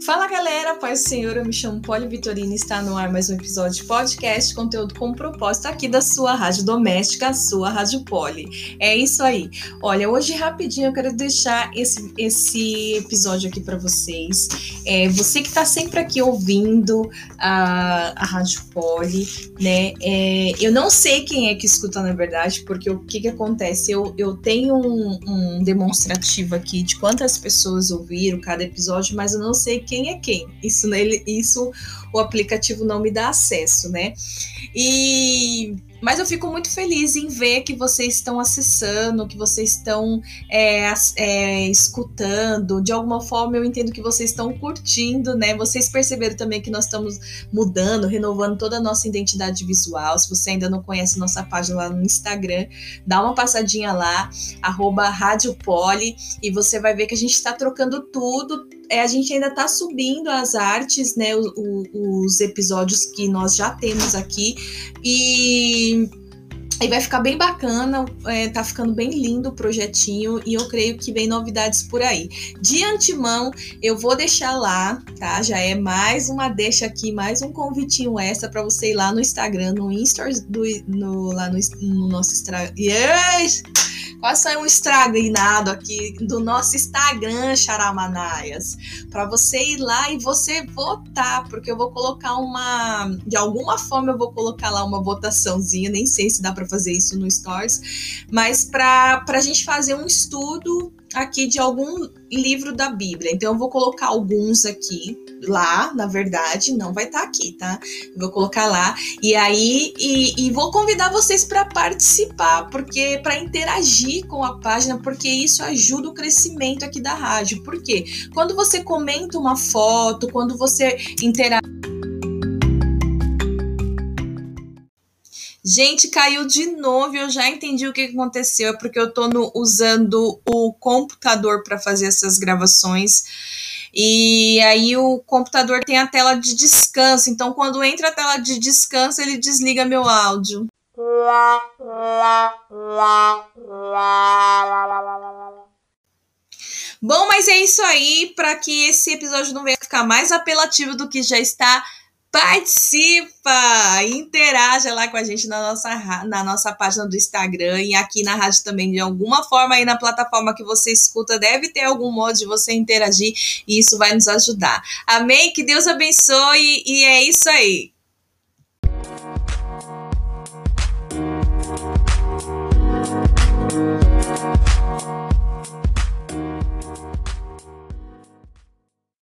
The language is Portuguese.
Fala galera, paz do Senhor, eu me chamo Poli Vitorino e está no ar mais um episódio de podcast, conteúdo com propósito aqui da sua rádio doméstica, a sua Rádio Poli. É isso aí. Olha, hoje rapidinho eu quero deixar esse episódio aqui para vocês. Você que está sempre aqui ouvindo a Rádio Poli, né? Eu não sei quem é que escuta na verdade, porque o que acontece? Eu tenho um demonstrativo aqui de quantas pessoas ouviram cada episódio, mas eu não sei quem é quem. Isso o aplicativo não me dá acesso, né? Mas eu fico muito feliz em ver que vocês estão acessando, que vocês estão escutando. De alguma forma eu entendo que vocês estão curtindo, né? Vocês perceberam também que nós estamos mudando, renovando toda a nossa identidade visual. Se você ainda não conhece nossa página lá no Instagram, dá uma passadinha lá, @RádioPoli, e você vai ver que a gente está trocando tudo. A gente ainda está subindo as artes, né, os episódios que nós já temos aqui, e vai ficar bem bacana, tá ficando bem lindo o projetinho, e eu creio que vem novidades por aí. De antemão, eu vou deixar lá, tá? Já é mais uma deixa aqui, mais um convitinho extra para você ir lá no Instagram, no Stories, lá no nosso Instagram. Yes! Quase saiu um estragnado aqui do nosso Instagram, Charamanaias, para você ir lá e você votar, porque eu vou colocar de alguma forma eu vou colocar lá uma votaçãozinha, nem sei se dá para fazer isso no Stories, mas para a gente fazer um estudo aqui de algum livro da Bíblia. Então eu vou colocar alguns aqui lá, na verdade, não vai estar aqui, tá? Eu vou colocar lá e vou convidar vocês para participar, porque para interagir com a página, porque isso ajuda o crescimento aqui da rádio. Por quê? Quando você comenta uma foto, quando você interage. Gente, caiu de novo, eu já entendi o que aconteceu, é porque eu tô usando o computador para fazer essas gravações, e aí o computador tem a tela de descanso, então quando entra a tela de descanso, ele desliga meu áudio. Bom, mas é isso aí, para que esse episódio não venha ficar mais apelativo do que já está. Participa, interaja lá com a gente na nossa página do Instagram e aqui na rádio também, de alguma forma aí na plataforma que você escuta, deve ter algum modo de você interagir e isso vai nos ajudar. Amém? Que Deus abençoe e é isso aí.